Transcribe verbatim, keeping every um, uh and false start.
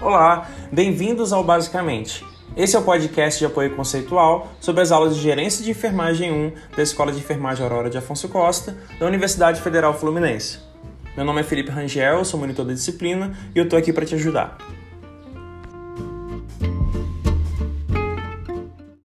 Olá, bem-vindos ao Basicamente. Esse é o podcast de apoio conceitual sobre as aulas de Gerência de Enfermagem um da Escola de Enfermagem Aurora de Afonso Costa, da Universidade Federal Fluminense. Meu nome é Felipe Rangel, sou monitor da disciplina e eu estou aqui para te ajudar.